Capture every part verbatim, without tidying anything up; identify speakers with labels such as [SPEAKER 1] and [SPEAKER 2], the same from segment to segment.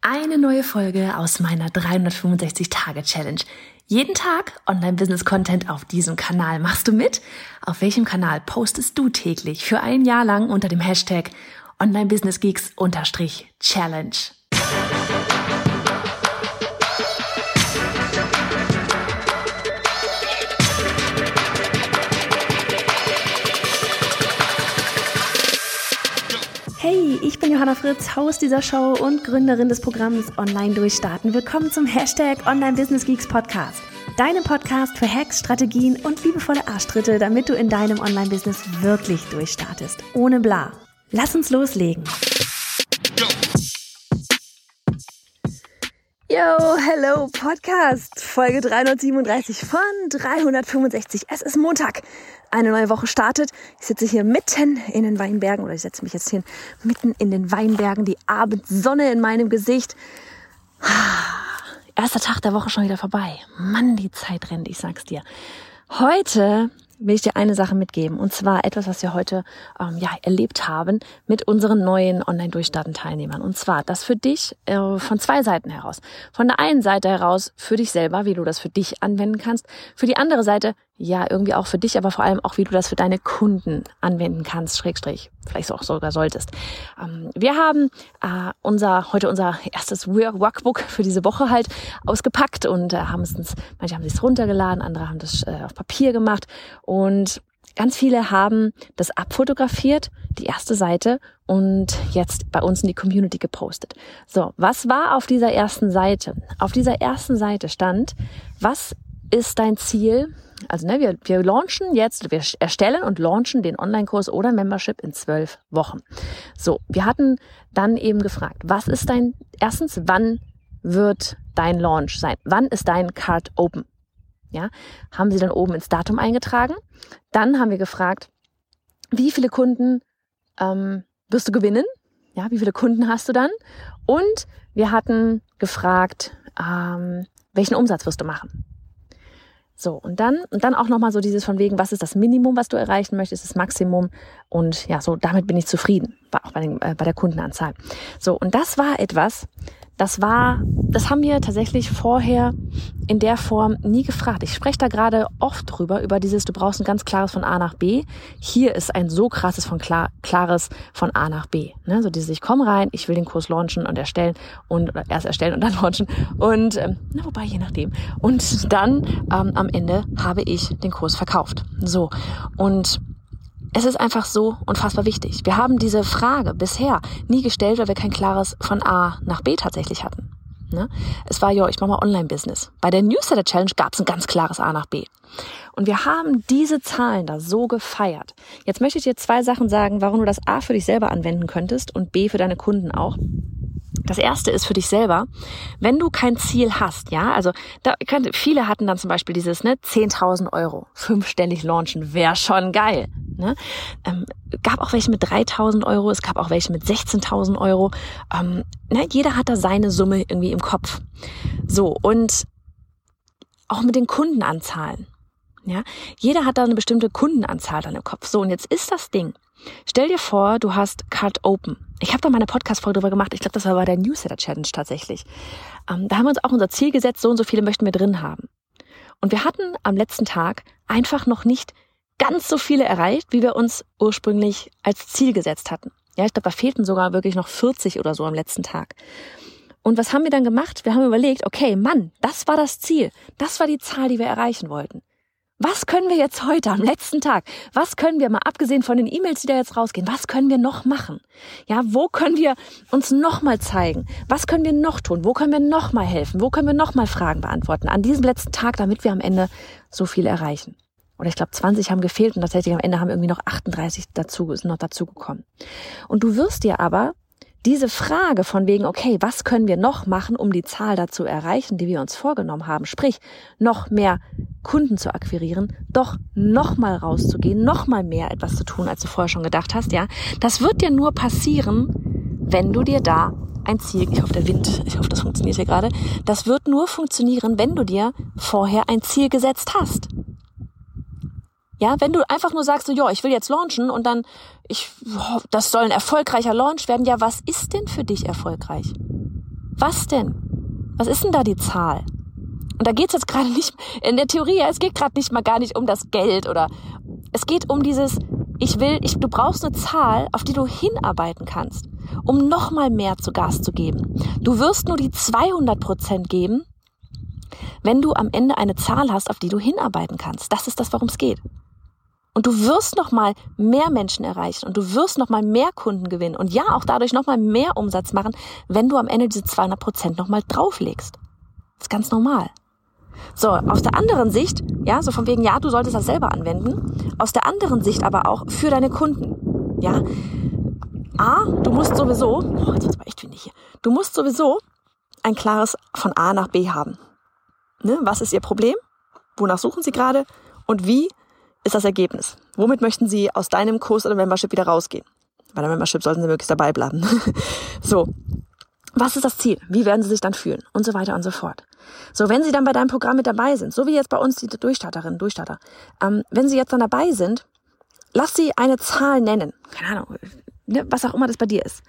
[SPEAKER 1] Eine neue Folge aus meiner dreihundertfünfundsechzig-Tage-Challenge. Jeden Tag Online-Business-Content auf diesem Kanal. Machst du mit? Auf welchem Kanal postest du täglich für ein Jahr lang unter dem Hashtag Online-Business-Geeks-Challenge? Hey, ich bin Johanna Fritz, Host dieser Show und Gründerin des Programms Online Durchstarten. Willkommen zum Hashtag Online Business Geeks Podcast. Deinem Podcast für Hacks, Strategien und liebevolle Arschtritte, damit du in deinem Online-Business wirklich durchstartest. Ohne bla. Lass uns loslegen. Yo, hello, Podcast, Folge dreihundertsiebenunddreißig von dreihundertfünfundsechzig. Es ist Montag, eine neue Woche startet. Ich sitze hier mitten in den Weinbergen, oder ich setze mich jetzt hier mitten in den Weinbergen, die Abendsonne in meinem Gesicht. Erster Tag der Woche schon wieder vorbei. Mann, die Zeit rennt, ich sag's dir. Heute will ich dir eine Sache mitgeben, und zwar etwas, was wir heute ähm, ja erlebt haben mit unseren neuen Online-Durchstarten-Teilnehmern. Und zwar das für dich äh, von zwei Seiten heraus. Von der einen Seite heraus für dich selber, wie du das für dich anwenden kannst. Für die andere Seite, ja, irgendwie auch für dich, aber vor allem auch, wie du das für deine Kunden anwenden kannst, Schrägstrich, vielleicht auch sogar solltest. Ähm, wir haben äh, unser heute unser erstes Workbook für diese Woche halt ausgepackt und äh, haben es uns, manche haben es runtergeladen, andere haben das äh, auf Papier gemacht. Und ganz viele haben das abfotografiert, die erste Seite, und jetzt bei uns in die Community gepostet. So, was war auf dieser ersten Seite? Auf dieser ersten Seite stand, was ist dein Ziel? Also ne, wir, wir launchen jetzt, wir erstellen und launchen den Online-Kurs oder Membership in zwölf Wochen. So, wir hatten dann eben gefragt, was ist dein, erstens, wann wird dein Launch sein? Wann ist dein Card open? Ja, haben sie dann oben ins Datum eingetragen. Dann haben wir gefragt, wie viele Kunden ähm, wirst du gewinnen? Ja, wie viele Kunden hast du dann? Und wir hatten gefragt, ähm, welchen Umsatz wirst du machen? So, und dann und dann auch nochmal so dieses von wegen, was ist das Minimum, was du erreichen möchtest, das Maximum, und ja, so damit bin ich zufrieden, auch bei, den, äh, bei der Kundenanzahl. So, und das war etwas, das war, das haben wir tatsächlich vorher in der Form nie gefragt. Ich spreche da gerade oft drüber, über dieses, du brauchst ein ganz klares von A nach B. Hier ist ein so krasses von klar, klares von A nach B. Ne? So dieses, ich komme rein, ich will den Kurs launchen und erstellen und oder erst erstellen und dann launchen und, ähm, na wobei, je nachdem. Und dann ähm, am Ende habe ich den Kurs verkauft. So, und es ist einfach so unfassbar wichtig. Wir haben diese Frage bisher nie gestellt, weil wir kein klares von A nach B tatsächlich hatten. Ne? Es war, ja, ich mache mal Online-Business. Bei der Newsletter-Challenge gab es ein ganz klares A nach B. Und wir haben diese Zahlen da so gefeiert. Jetzt möchte ich dir zwei Sachen sagen, warum du das A für dich selber anwenden könntest und B für deine Kunden auch. Das erste ist für dich selber, wenn du kein Ziel hast, ja, also da, viele hatten dann zum Beispiel dieses, ne, zehntausend Euro, fünfstellig launchen, wäre schon geil, ne, ähm, gab auch welche mit dreitausend Euro, es gab auch welche mit sechzehntausend Euro, ähm, ne, jeder hat da seine Summe irgendwie im Kopf. So, und auch mit den Kundenanzahlen, ja, jeder hat da eine bestimmte Kundenanzahl dann im Kopf. So, und jetzt ist das Ding, stell dir vor, du hast Card Open. Ich habe da mal eine Podcast-Folge drüber gemacht. Ich glaube, das war bei der Newsletter-Challenge tatsächlich. Ähm, da haben wir uns auch unser Ziel gesetzt, so und so viele möchten wir drin haben. Und wir hatten am letzten Tag einfach noch nicht ganz so viele erreicht, wie wir uns ursprünglich als Ziel gesetzt hatten. Ja, ich glaube, da fehlten sogar wirklich noch vierzig oder so am letzten Tag. Und was haben wir dann gemacht? Wir haben überlegt, okay, Mann, das war das Ziel. Das war die Zahl, die wir erreichen wollten. Was können wir jetzt heute am letzten Tag, was können wir, mal abgesehen von den E-Mails, die da jetzt rausgehen, was können wir noch machen? Ja, wo können wir uns noch mal zeigen? Was können wir noch tun? Wo können wir noch mal helfen? Wo können wir noch mal Fragen beantworten an diesem letzten Tag, damit wir am Ende so viel erreichen? Oder ich glaube, zwanzig haben gefehlt und tatsächlich am Ende haben irgendwie noch achtunddreißig dazu, ist noch dazu gekommen. Und du wirst dir aber diese Frage von wegen, okay, was können wir noch machen, um die Zahl dazu erreichen, die wir uns vorgenommen haben, sprich, noch mehr Kunden zu akquirieren, doch noch mal rauszugehen, noch mal mehr etwas zu tun, als du vorher schon gedacht hast, ja, das wird dir nur passieren, wenn du dir da ein Ziel, ich hoffe, der Wind, ich hoffe, das funktioniert hier gerade, das wird nur funktionieren, wenn du dir vorher ein Ziel gesetzt hast. Ja, wenn du einfach nur sagst, so, ja, ich will jetzt launchen und dann, ich, das soll ein erfolgreicher Launch werden. Ja, was ist denn für dich erfolgreich? Was denn? Was ist denn da die Zahl? Und da geht's jetzt gerade nicht, in der Theorie, ja, es geht gerade nicht mal gar nicht um das Geld oder es geht um dieses, ich will, ich, du brauchst eine Zahl, auf die du hinarbeiten kannst, um nochmal mehr zu Gas zu geben. Du wirst nur die zweihundert Prozent geben, wenn du am Ende eine Zahl hast, auf die du hinarbeiten kannst. Das ist das, worum es geht. Und du wirst nochmal mehr Menschen erreichen und du wirst nochmal mehr Kunden gewinnen und ja, auch dadurch nochmal mehr Umsatz machen, wenn du am Ende diese zweihundert Prozent nochmal drauflegst. Das ist ganz normal. So, aus der anderen Sicht, ja, so von wegen, ja, du solltest das selber anwenden, aus der anderen Sicht aber auch für deine Kunden, ja. A, du musst sowieso, oh, jetzt wird's aber echt windig hier, du musst sowieso ein klares von A nach B haben. Ne? Was ist ihr Problem? Wonach suchen sie gerade? Und wie ist das Ergebnis? Womit möchten sie aus deinem Kurs oder Membership wieder rausgehen? Bei der Membership sollten sie möglichst dabei bleiben. So. Was ist das Ziel? Wie werden sie sich dann fühlen? Und so weiter und so fort. So, wenn sie dann bei deinem Programm mit dabei sind, so wie jetzt bei uns die Durchstarterinnen, Durchstarter, ähm, wenn sie jetzt dann dabei sind, lass sie eine Zahl nennen. Keine Ahnung, ne, was auch immer das bei dir ist.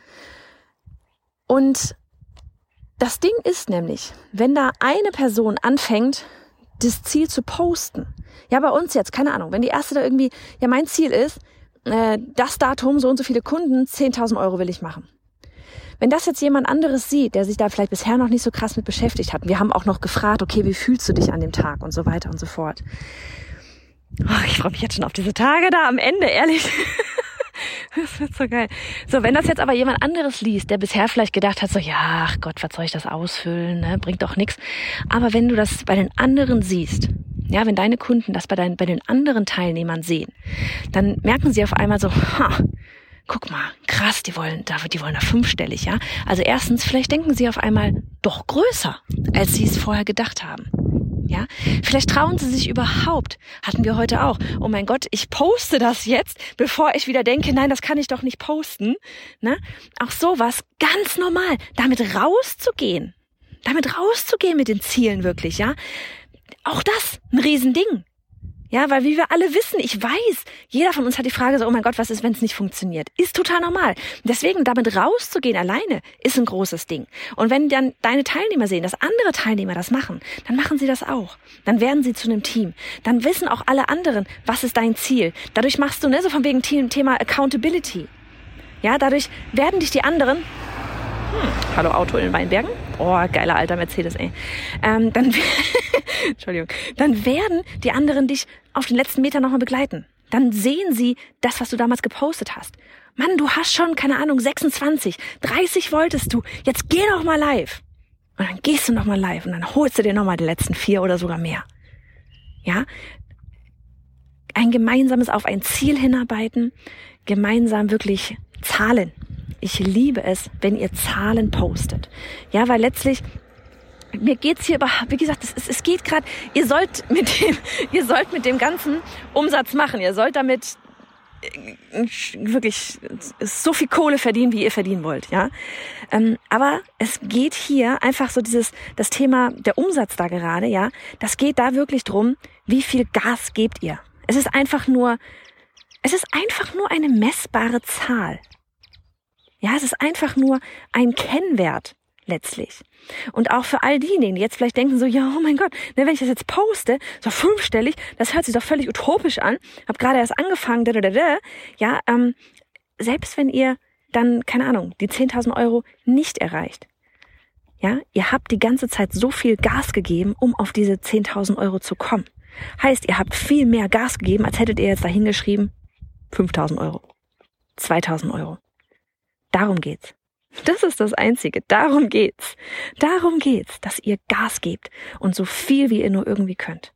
[SPEAKER 1] Und das Ding ist nämlich, wenn da eine Person anfängt, das Ziel zu posten. Ja, bei uns jetzt, keine Ahnung, wenn die erste da irgendwie, ja, mein Ziel ist, äh, das Datum, so und so viele Kunden, zehntausend Euro will ich machen. Wenn das jetzt jemand anderes sieht, der sich da vielleicht bisher noch nicht so krass mit beschäftigt hat, wir haben auch noch gefragt, okay, wie fühlst du dich an dem Tag und so weiter und so fort. Oh, ich freue mich jetzt schon auf diese Tage da am Ende, ehrlich. Das wird so geil. So, wenn das jetzt aber jemand anderes liest, der bisher vielleicht gedacht hat, so, ja, ach Gott, was soll ich das ausfüllen, ne? Bringt doch nichts. Aber wenn du das bei den anderen siehst, ja, wenn deine Kunden das bei, deinen, bei den anderen Teilnehmern sehen, dann merken sie auf einmal so, ha, guck mal, krass, die wollen da, die wollen da fünfstellig, ja. Also erstens, vielleicht denken sie auf einmal doch größer, als sie es vorher gedacht haben. Ja, vielleicht trauen sie sich überhaupt, hatten wir heute auch, oh mein Gott, ich poste das jetzt, bevor ich wieder denke, nein, das kann ich doch nicht posten. Ne? Auch sowas, ganz normal, damit rauszugehen, damit rauszugehen mit den Zielen wirklich, ja. Auch das, ein Riesending. Ja, weil wie wir alle wissen, ich weiß, jeder von uns hat die Frage so, oh mein Gott, was ist, wenn es nicht funktioniert? Ist total normal. Deswegen damit rauszugehen alleine ist ein großes Ding. Und wenn dann deine Teilnehmer sehen, dass andere Teilnehmer das machen, dann machen sie das auch. Dann werden sie zu einem Team. Dann wissen auch alle anderen, was ist dein Ziel. Dadurch machst du, ne, so von wegen Thema Accountability. Ja, dadurch werden dich die anderen... Hm, hallo Auto in Weinbergen. Oh, geiler alter Mercedes, ey. Ähm, dann, Entschuldigung. Dann werden die anderen dich auf den letzten Meter nochmal begleiten. Dann sehen sie das, was du damals gepostet hast. Mann, du hast schon, keine Ahnung, sechsundzwanzig, dreißig wolltest du. Jetzt geh noch mal live. Und dann gehst du noch mal live und dann holst du dir noch mal die letzten vier oder sogar mehr. Ja? Ein gemeinsames auf ein Ziel hinarbeiten, gemeinsam wirklich Zahlen. Ich liebe es, wenn ihr Zahlen postet. Ja, weil letztlich, mir geht's hier überhaupt, wie gesagt, es, es geht gerade, ihr sollt mit dem, ihr sollt mit dem ganzen Umsatz machen. Ihr sollt damit wirklich so viel Kohle verdienen, wie ihr verdienen wollt, ja. Ähm, aber es geht hier einfach so dieses, das Thema, der Umsatz da gerade, ja, das geht da wirklich drum, wie viel Gas gebt ihr. Es ist einfach nur, es ist einfach nur eine messbare Zahl. Ja, es ist einfach nur ein Kennwert letztlich. Und auch für all diejenigen, die jetzt vielleicht denken so, ja, oh mein Gott, ne, wenn ich das jetzt poste, so fünfstellig, das hört sich doch völlig utopisch an, hab gerade erst angefangen, da, da, da, da. Ja, ähm, selbst wenn ihr dann, keine Ahnung, die zehntausend Euro nicht erreicht, ja, ihr habt die ganze Zeit so viel Gas gegeben, um auf diese zehntausend Euro zu kommen. Heißt, ihr habt viel mehr Gas gegeben, als hättet ihr jetzt da hingeschrieben, fünftausend Euro, zweitausend Euro. Darum geht's. Das ist das Einzige. Darum geht's. Darum geht's, dass ihr Gas gebt und so viel, wie ihr nur irgendwie könnt.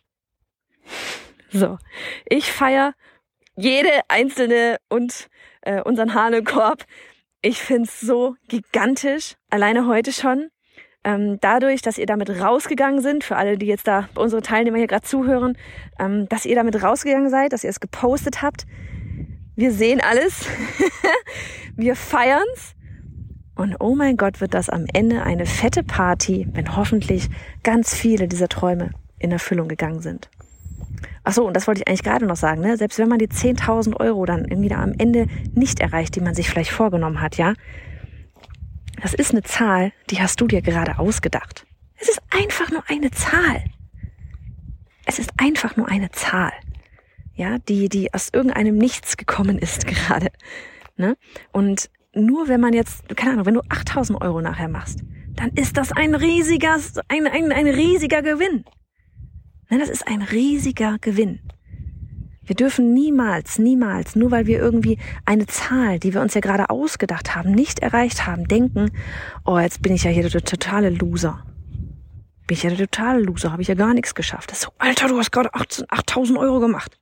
[SPEAKER 1] So, ich feiere jede einzelne und äh, unseren Hahnenkorb. Ich find's so gigantisch, alleine heute schon. Ähm, dadurch, dass ihr damit rausgegangen sind, für alle, die jetzt da, unsere Teilnehmer hier gerade zuhören, ähm, dass ihr damit rausgegangen seid, dass ihr es gepostet habt. Wir sehen alles, wir feiern's und oh mein Gott, wird das am Ende eine fette Party, wenn hoffentlich ganz viele dieser Träume in Erfüllung gegangen sind. Ach so, und das wollte ich eigentlich gerade noch sagen, ne? Selbst wenn man die zehntausend Euro dann irgendwie da am Ende nicht erreicht, die man sich vielleicht vorgenommen hat, ja, Das ist eine Zahl, die hast du dir gerade ausgedacht. Es ist einfach nur eine Zahl. Es ist einfach nur eine Zahl. Ja, die, die aus irgendeinem Nichts gekommen ist gerade. Ne? Und nur wenn man jetzt, keine Ahnung, wenn du achttausend Euro nachher machst, dann ist das ein riesiger, ein, ein, ein riesiger Gewinn. Ne, das ist ein riesiger Gewinn. Wir dürfen niemals, niemals, nur weil wir irgendwie eine Zahl, die wir uns ja gerade ausgedacht haben, nicht erreicht haben, denken, oh, jetzt bin ich ja hier der totale Loser. Bin ich ja der totale Loser, habe ich ja gar nichts geschafft. Das ist so, Alter, du hast gerade achttausend Euro gemacht.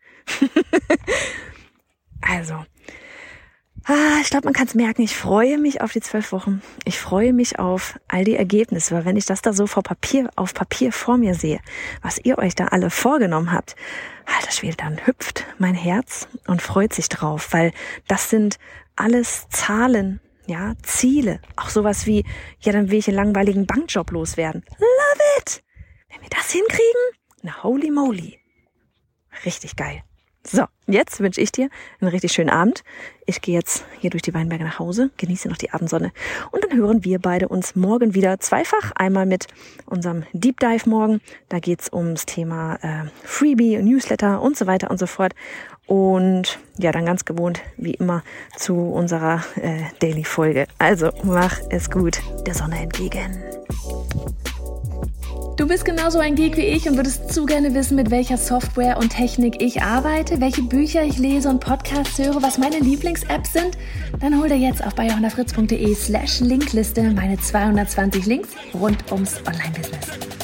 [SPEAKER 1] Also, ah, ich glaube, man kann es merken, ich freue mich auf die zwölf Wochen. Ich freue mich auf all die Ergebnisse, weil wenn ich das da so vor Papier, auf Papier vor mir sehe, was ihr euch da alle vorgenommen habt, alter Schwede, dann hüpft mein Herz und freut sich drauf, weil das sind alles Zahlen, ja, Ziele. Auch sowas wie, ja, dann will ich einen langweiligen Bankjob loswerden. Love it! Wenn wir das hinkriegen, na holy moly. Richtig geil. So, jetzt wünsche ich dir einen richtig schönen Abend. Ich gehe jetzt hier durch die Weinberge nach Hause, genieße noch die Abendsonne und dann hören wir beide uns morgen wieder zweifach. Einmal mit unserem Deep Dive morgen, da geht's ums Thema äh, Freebie, Newsletter und so weiter und so fort. Und ja, dann ganz gewohnt, wie immer, zu unserer äh, Daily-Folge. Also, mach es gut, der Sonne entgegen.
[SPEAKER 2] Du bist genauso ein Geek wie ich und würdest zu gerne wissen, mit welcher Software und Technik ich arbeite, welche Bücher ich lese und Podcasts höre, was meine Lieblings-Apps sind? Dann hol dir jetzt auf bei johanna fritz punkt de slash Linkliste meine zweihundertzwanzig Links rund ums Online-Business.